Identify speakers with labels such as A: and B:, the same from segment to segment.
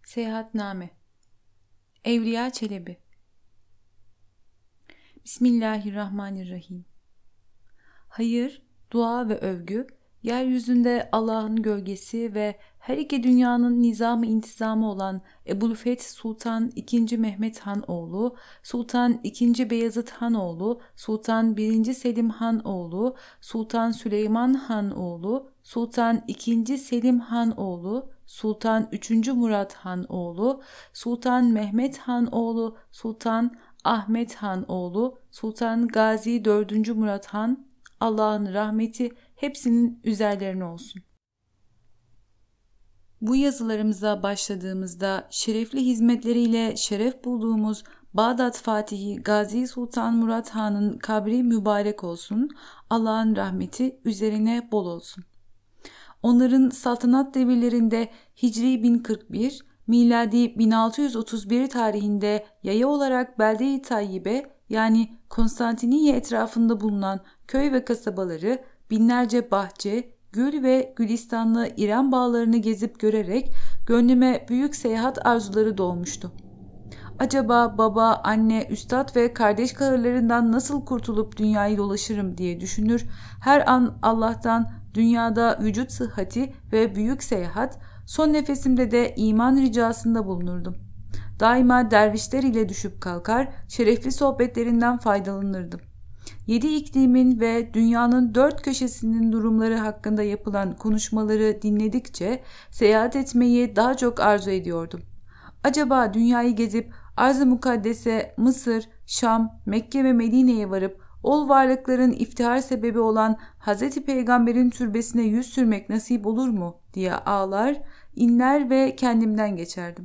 A: Seyahatname Evliya Çelebi. Bismillahirrahmanirrahim. Hayır, dua ve övgü, yeryüzünde Allah'ın gölgesi ve her iki dünyanın nizamı intizamı olan Ebu'l-Feth Sultan II. Mehmet Han oğlu, Sultan II. Beyazıt Han oğlu, Sultan I. Selim Han oğlu, Sultan Süleyman Han oğlu, Sultan II. Selim Han oğlu, Sultan III. Murat Han oğlu, Sultan Mehmet Han oğlu, Sultan Ahmet Han oğlu, Sultan Gazi 4. Murat Han, Allah'ın rahmeti hepsinin üzerlerine olsun. Bu yazılarımıza başladığımızda şerefli hizmetleriyle şeref bulduğumuz Bağdat Fatihi Gazi Sultan Murat Han'ın kabri mübarek olsun, Allah'ın rahmeti üzerine bol olsun. Onların saltanat devirlerinde Hicri 1041, miladi 1631 tarihinde yaya olarak Belde-i Tayyibe yani Konstantiniye etrafında bulunan köy ve kasabaları binlerce bahçe, gül ve gülistanlı İrem bağlarını gezip görerek gönlüme büyük seyahat arzuları doğmuştu. Acaba baba, anne, üstad ve kardeş kahırlarından nasıl kurtulup dünyayı dolaşırım diye düşünür, her an Allah'tan dünyada vücut sıhhati ve büyük seyahat, son nefesimde de iman ricasında bulunurdum. Daima dervişler ile düşüp kalkar, şerefli sohbetlerinden faydalanırdım. 7 iklimin ve dünyanın 4 köşesinin durumları hakkında yapılan konuşmaları dinledikçe seyahat etmeyi daha çok arzu ediyordum. Acaba dünyayı gezip arz-ı mukaddese Mısır, Şam, Mekke ve Medine'ye varıp ol varlıkların iftihar sebebi olan Hz. Peygamber'in türbesine yüz sürmek nasip olur mu diye ağlar, inler ve kendimden geçerdim.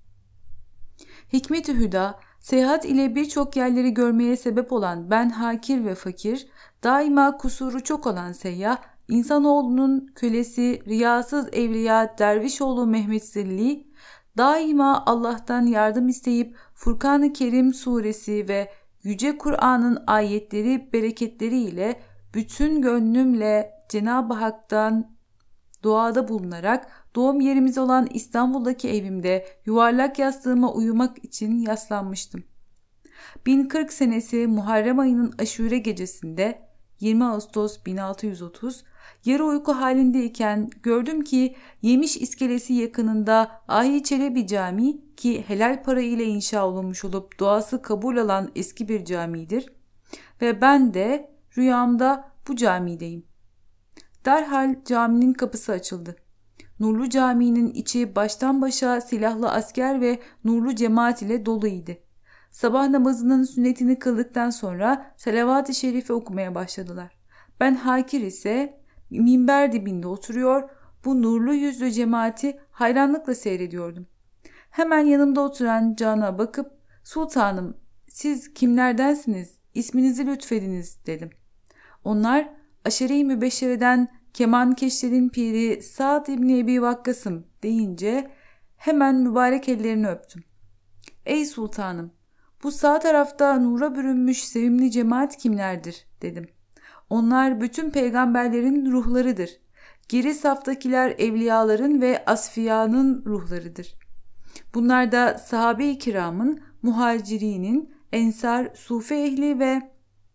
A: Hikmet-i Hüda, seyahat ile birçok yerleri görmeye sebep olan ben hakir ve fakir, daima kusuru çok olan seyyah, insanoğlunun kölesi, riyasız evliya Dervişoğlu Mehmet Zilli, daima Allah'tan yardım isteyip Furkan-ı Kerim suresi ve Yüce Kur'an'ın ayetleri, bereketleri ile bütün gönlümle Cenab-ı Hak'tan duada bulunarak doğum yerimiz olan İstanbul'daki evimde yuvarlak yastığıma uyumak için yaslanmıştım. 1040 senesi Muharrem ayının aşure gecesinde 20 Ağustos 1630 yarı uyku halindeyken gördüm ki Yemiş iskelesi yakınında Ahi Çelebi Camii ki helal para ile inşa olunmuş olup duası kabul alan eski bir camidir ve ben de rüyamda bu camideyim. Derhal caminin kapısı açıldı. Nurlu caminin içi baştan başa silahlı asker ve nurlu cemaat ile doluydu. Sabah namazının sünnetini kıldıktan sonra salavat-ı şerife okumaya başladılar. Ben hakir ise minber dibinde oturuyor, bu nurlu yüzlü cemaati hayranlıkla seyrediyordum. Hemen yanımda oturan Can'a bakıp "Sultanım, siz kimlerdensiniz? İsminizi lütfediniz" dedim. Onlar Aşere-i Mübeşşere'den Kemankeşlerin piri Sa'd İbni Ebi Vakkas'ım deyince hemen mübarek ellerini öptüm. "Ey sultanım, bu sağ tarafta nura bürünmüş sevimli cemaat kimlerdir?" dedim. "Onlar bütün peygamberlerin ruhlarıdır. Geri saftakiler evliyaların ve asfiyanın ruhlarıdır. Bunlar da sahabe-i kiramın, muhacirinin, ensar, sufi ehli ve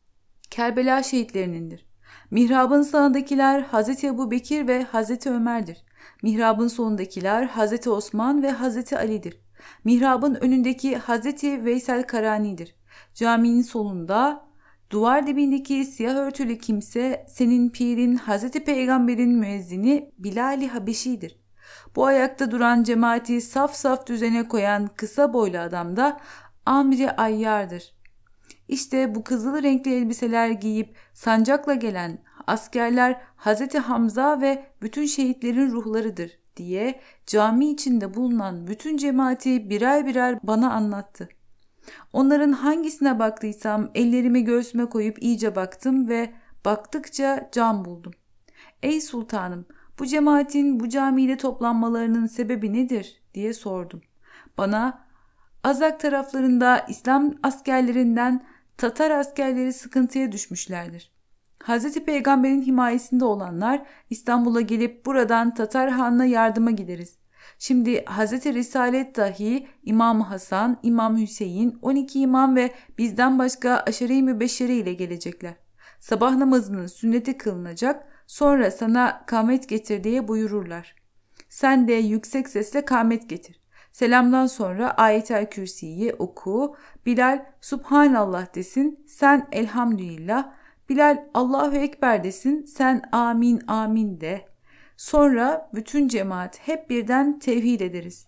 A: Kerbela şehitlerinindir. Mihrabın sağındakiler Hazreti Ebu Bekir ve Hazreti Ömer'dir. Mihrabın solundakiler Hazreti Osman ve Hazreti Ali'dir. Mihrabın önündeki Hazreti Veysel Karani'dir. Caminin solunda duvar dibindeki siyah örtülü kimse senin pirin Hazreti Peygamber'in müezzini Bilal-i Habeşi'dir. Bu ayakta duran cemaati saf saf düzene koyan kısa boylu adam da Amir-i Ayyar'dır. İşte bu kızıl renkli elbiseler giyip sancakla gelen askerler Hazreti Hamza ve bütün şehitlerin ruhlarıdır" diye cami içinde bulunan bütün cemaati birer birer bana anlattı. Onların hangisine baktıysam ellerimi göğsüme koyup iyice baktım ve baktıkça can buldum. "Ey sultanım, bu cemaatin bu camide toplanmalarının sebebi nedir?" diye sordum. Bana Azak taraflarında İslam askerlerinden Tatar askerleri sıkıntıya düşmüşlerdir. Hazreti Peygamber'in himayesinde olanlar İstanbul'a gelip buradan Tatar Han'la yardıma gideriz. Şimdi Hz. Risalet dahi İmam Hasan, İmam Hüseyin, 12 imam ve bizden başka aşere-i mübeşşere ile gelecekler. Sabah namazının sünneti kılınacak, sonra sana kâmet getir diye buyururlar. Sen de yüksek sesle kâmet getir. Selamdan sonra Ayet-el Kürsi'yi oku. Bilal Subhanallah desin, sen Elhamdülillah. Bilal Allahu Ekber desin, sen Amin Amin de. Sonra bütün cemaat hep birden tevhid ederiz.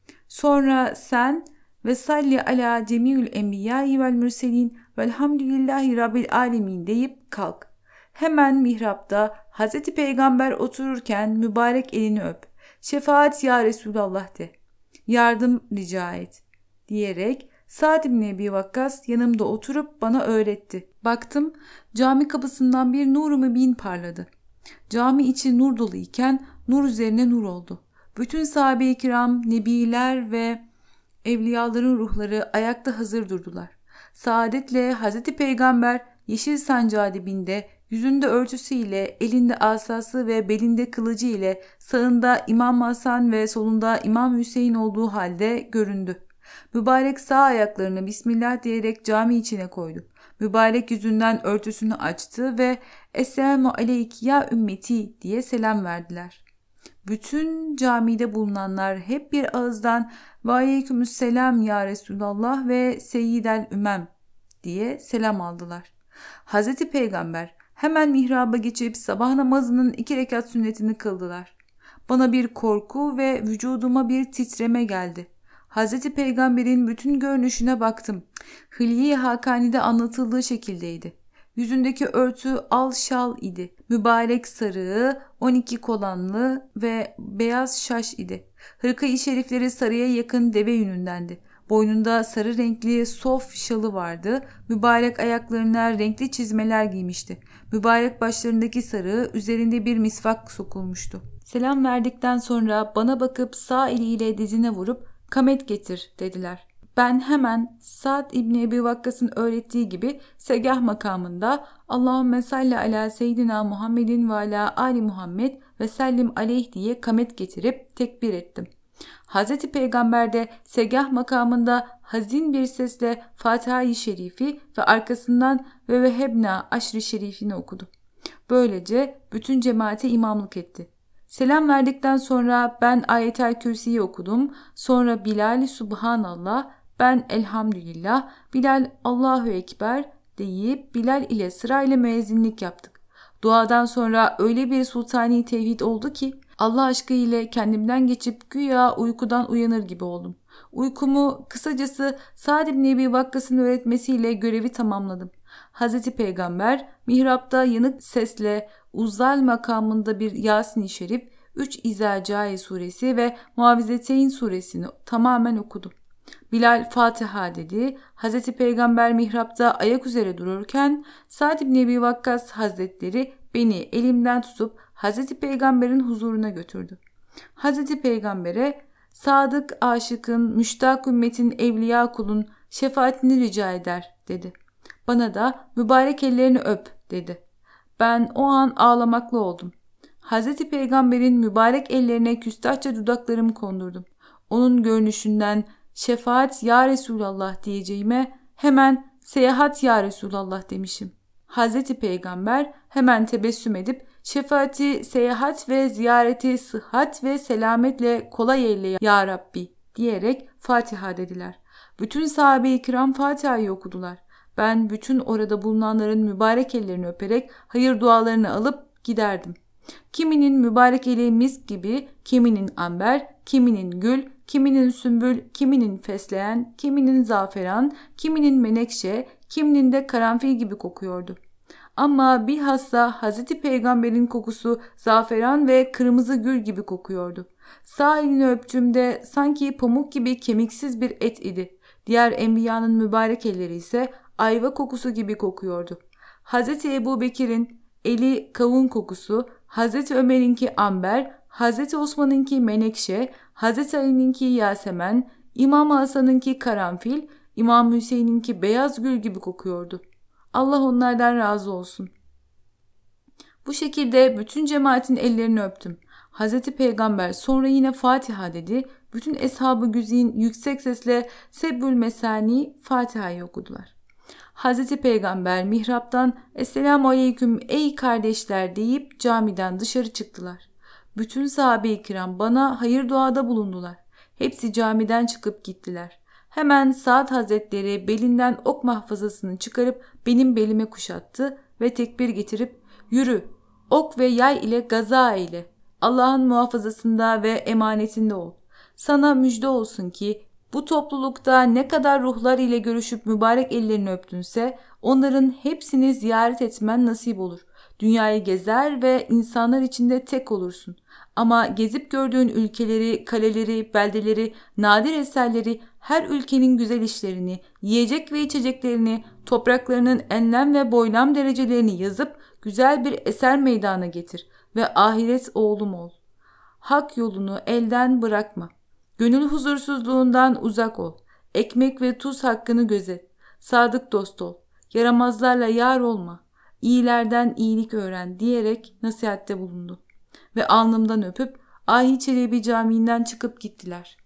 A: Sonra sen ve salli ala cemiül enbiyâi vel mürselin velhamdülillahi rabbil alemin deyip kalk. Hemen mihrapta Hazreti Peygamber otururken mübarek elini öp. Şefaat ya Resulallah de. Yardım rica et diyerek Sa'd ibn Ebi Vakkas yanımda oturup bana öğretti. Baktım cami kapısından bir nur-u mübin parladı. Cami içi nur dolu iken nur üzerine nur oldu. Bütün sahabe-i kiram, nebiler ve evliyaların ruhları ayakta hazır durdular. Saadetle Hazreti Peygamber yeşil sancağı dibinde, yüzünde örtüsüyle, elinde asası ve belinde kılıcı ile sağında İmam Hasan ve solunda İmam Hüseyin olduğu halde göründü. Mübarek sağ ayaklarını Bismillah diyerek cami içine koydu. Mübarek yüzünden örtüsünü açtı ve Esselamu aleyk ya ümmeti diye selam verdiler. Bütün camide bulunanlar hep bir ağızdan ve aleykümüsselam ya Resulallah ve seyyidel ümem diye selam aldılar. Hazreti Peygamber hemen mihraba geçip sabah namazının 2 rekat sünnetini kıldılar. Bana bir korku ve vücuduma bir titreme geldi. Hazreti Peygamber'in bütün görünüşüne baktım. Hülye-i Hakani'de anlatıldığı şekildeydi. Yüzündeki örtü al şal idi. Mübarek sarığı, 12 kolanlı ve beyaz şaş idi. Hırka-i şerifleri sarıya yakın deve yünündendi. Boynunda sarı renkli sof şalı vardı. Mübarek ayaklarına renkli çizmeler giymişti. Mübarek başlarındaki sarığı üzerinde bir misvak sokulmuştu. Selam verdikten sonra bana bakıp sağ eliyle dizine vurup kamet getir dediler. Ben hemen Sa'd İbni Ebi Vakkas'ın öğrettiği gibi segah makamında Allahümme salli ala seyyidina Muhammedin ve ala ali Muhammed ve sellim aleyh diye kamet getirip tekbir ettim. Hazreti Peygamber de segah makamında hazin bir sesle Fatiha-i Şerifi ve arkasından ve vehebna aşri şerifini okudu. Böylece bütün cemaate imamlık etti. Selam verdikten sonra ben Ayet-el Kürsi'yi okudum. Sonra Bilal Subhanallah, ben Elhamdülillah, Bilal Allahu Ekber deyip Bilal ile sırayla müezzinlik yaptık. Duadan sonra öyle bir sultani tevhid oldu ki Allah aşkı ile kendimden geçip güya uykudan uyanır gibi oldum. Uykumu kısacası Sa'd ibn Ebi Vakkas'ın öğretmesiyle görevi tamamladım. Hazreti Peygamber mihrapta yanık sesle Uzzal makamında bir Yasin-i Şerif, 3 İzâ-Câe suresi ve Muavizeteyn suresini tamamen okudu. Bilal Fatiha dedi. Hazreti Peygamber mihrapta ayak üzere dururken Sa'd ibn Ebi Vakkas Hazretleri beni elimden tutup Hazreti Peygamber'in huzuruna götürdü. Hazreti Peygamber'e sadık aşıkın, müştak ümmetin, evliya kulun şefaatini rica eder dedi. Bana da mübarek ellerini öp dedi. Ben o an ağlamaklı oldum. Hazreti Peygamber'in mübarek ellerine küstahça dudaklarımı kondurdum. Onun görünüşünden şefaat ya Resulallah diyeceğime hemen seyahat ya Resulallah demişim. Hazreti Peygamber hemen tebessüm edip şefaati seyahat ve ziyareti sıhhat ve selametle kolay eyle ya Rabbi diyerek Fatiha dediler. Bütün sahabe-i kiram Fatiha'yı okudular. Ben bütün orada bulunanların mübarek ellerini öperek hayır dualarını alıp giderdim. Kiminin mübarek eli misk gibi, kiminin amber, kiminin gül, kiminin sümbül, kiminin fesleğen, kiminin zaferan, kiminin menekşe, kiminin de karanfil gibi kokuyordu. Ama bilhassa Hazreti Peygamber'in kokusu zaferan ve kırmızı gül gibi kokuyordu. Sağ elini öptüğümde sanki pamuk gibi kemiksiz bir et idi. Diğer enbiyanın mübarek elleri ise ayva kokusu gibi kokuyordu. Hazreti Ebu Bekir'in eli kavun kokusu, Hazreti Ömer'inki amber, Hazreti Osman'ınki menekşe, Hazreti Ali'ninki yasemen, İmam Hasan'ınki karanfil, İmam Hüseyin'inki beyaz gül gibi kokuyordu. Allah onlardan razı olsun. Bu şekilde bütün cemaatin ellerini öptüm. Hazreti Peygamber sonra yine Fatiha dedi. Bütün Eshab-ı Güzin yüksek sesle Sebbül Mesani Fatiha'yı okudular. Hazreti Peygamber mihraptan Esselamu Aleyküm ey kardeşler deyip camiden dışarı çıktılar. Bütün sahabe-i kiram bana hayır duada bulundular. Hepsi camiden çıkıp gittiler. Hemen Saad Hazretleri belinden ok mahfazasını çıkarıp benim belime kuşattı ve tekbir getirip yürü ok ve yay ile gaza eyle. Allah'ın muhafazasında ve emanetinde ol. Sana müjde olsun ki bu toplulukta ne kadar ruhlar ile görüşüp mübarek ellerini öptünse onların hepsini ziyaret etmen nasip olur. Dünyayı gezer ve insanlar içinde tek olursun. Ama gezip gördüğün ülkeleri, kaleleri, beldeleri, nadir eserleri, her ülkenin güzel işlerini, yiyecek ve içeceklerini, topraklarının enlem ve boylam derecelerini yazıp güzel bir eser meydana getir ve ahiret oğlum ol. Hak yolunu elden bırakma. Gönül huzursuzluğundan uzak ol. Ekmek ve tuz hakkını gözet. Sadık dost ol. Yaramazlarla yar olma. İyilerden iyilik öğren diyerek nasihatte bulundu. Ve alnımdan öpüp Ahi Çelebi Camii'nden çıkıp gittiler.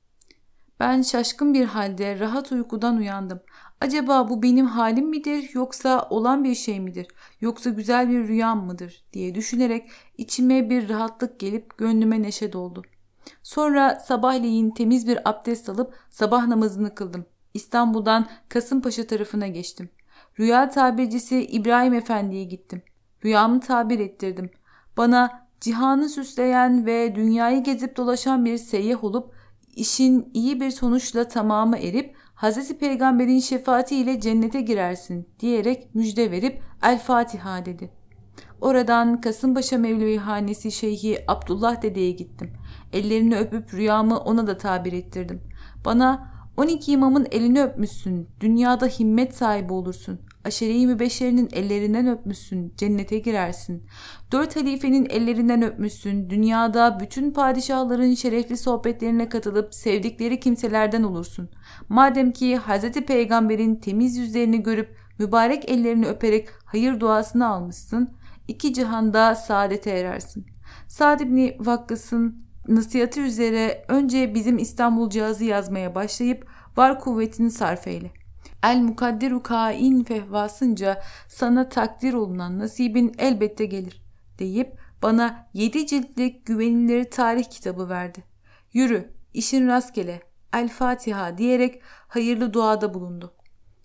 A: Ben şaşkın bir halde rahat uykudan uyandım. Acaba bu benim halim midir yoksa olan bir şey midir yoksa güzel bir rüyam mıdır diye düşünerek içime bir rahatlık gelip gönlüme neşe doldu. Sonra sabahleyin temiz bir abdest alıp sabah namazını kıldım. İstanbul'dan Kasımpaşa tarafına geçtim. Rüya tabircisi İbrahim Efendi'ye gittim. Rüyamı tabir ettirdim. Bana cihanı süsleyen ve dünyayı gezip dolaşan bir seyyah olup işin iyi bir sonuçla tamamı erip Hazreti Peygamber'in şefaatiyle cennete girersin diyerek müjde verip El Fatiha dedi. Oradan Kasımpaşa Mevlevihanesi Şeyhi Abdullah Dede'ye gittim. Ellerini öpüp rüyamı ona da tabir ettirdim. Bana 12 imamın elini öpmüşsün, dünyada himmet sahibi olursun. Aşere-i mübeşşerinin ellerinden öpmüşsün, cennete girersin. 4 halifenin ellerinden öpmüşsün, dünyada bütün padişahların şerefli sohbetlerine katılıp sevdikleri kimselerden olursun. Madem ki Hazreti Peygamber'in temiz yüzlerini görüp mübarek ellerini öperek hayır duasını almışsın, 2 cihanda saadete erersin. Sa'd İbni Vakkas'ın nasihatı üzere önce bizim İstanbulcağızı yazmaya başlayıp var kuvvetini sarf eyle. El mukadderu kain fehvasınca sana takdir olunan nasibin elbette gelir deyip bana 7 ciltlik güvenilir tarih kitabı verdi. Yürü, işin rastgele, El Fatiha diyerek hayırlı duada bulundu.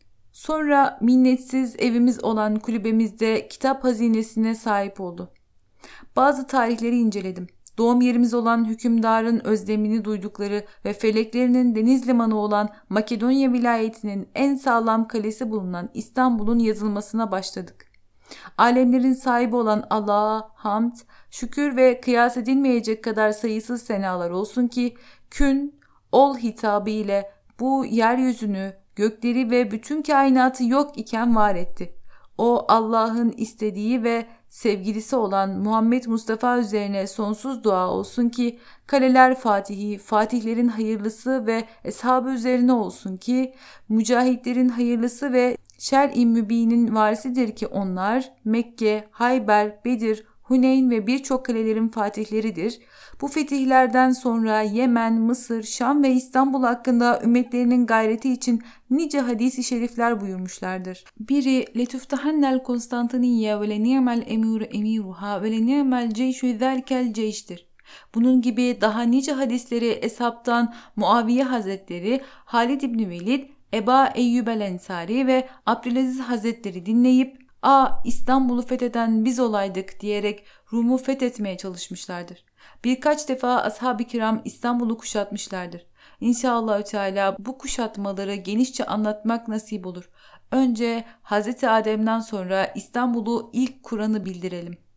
A: Sonra minnetsiz evimiz olan kulübemizde kitap hazinesine sahip oldu. Bazı tarihleri inceledim. Doğum yerimiz olan hükümdarın özlemini duydukları ve feleklerinin deniz limanı olan Makedonya vilayetinin en sağlam kalesi bulunan İstanbul'un yazılmasına başladık. Alemlerin sahibi olan Allah'a hamd, şükür ve kıyas edilmeyecek kadar sayısız senalar olsun ki kün, ol hitabı ile bu yeryüzünü, gökleri ve bütün kainatı yok iken var etti. O Allah'ın istediği ve sevgilisi olan Muhammed Mustafa üzerine sonsuz dua olsun ki kaleler fatihi, fatihlerin hayırlısı ve eshabı üzerine olsun ki mücahitlerin hayırlısı ve şer-i mübinin varisidir ki onlar Mekke, Hayber, Bedir, Huneyn ve birçok kalelerin fatihleridir. Bu fetihlerden sonra Yemen, Mısır, Şam ve İstanbul hakkında ümmetlerinin gayreti için nice hadis-i şerifler buyurmuşlardır. Biri letüftahannel Konstantiniye ve le ni'mel emir emiruha ve le ni'mel ceyşü zelkel ceyştir. Bunun gibi daha nice hadisleri eshabtan Muaviye Hazretleri, Halid İbni Velid, Eba Eyyub el Ensari ve Abdülaziz Hazretleri dinleyip İstanbul'u fetheden biz olaydık diyerek Rum'u fethetmeye çalışmışlardır. Birkaç defa ashab-ı kiram İstanbul'u kuşatmışlardır. İnşallahü Teala bu kuşatmaları genişçe anlatmak nasip olur. Önce Hazreti Adem'den sonra İstanbul'u ilk Kur'an'ı bildirelim.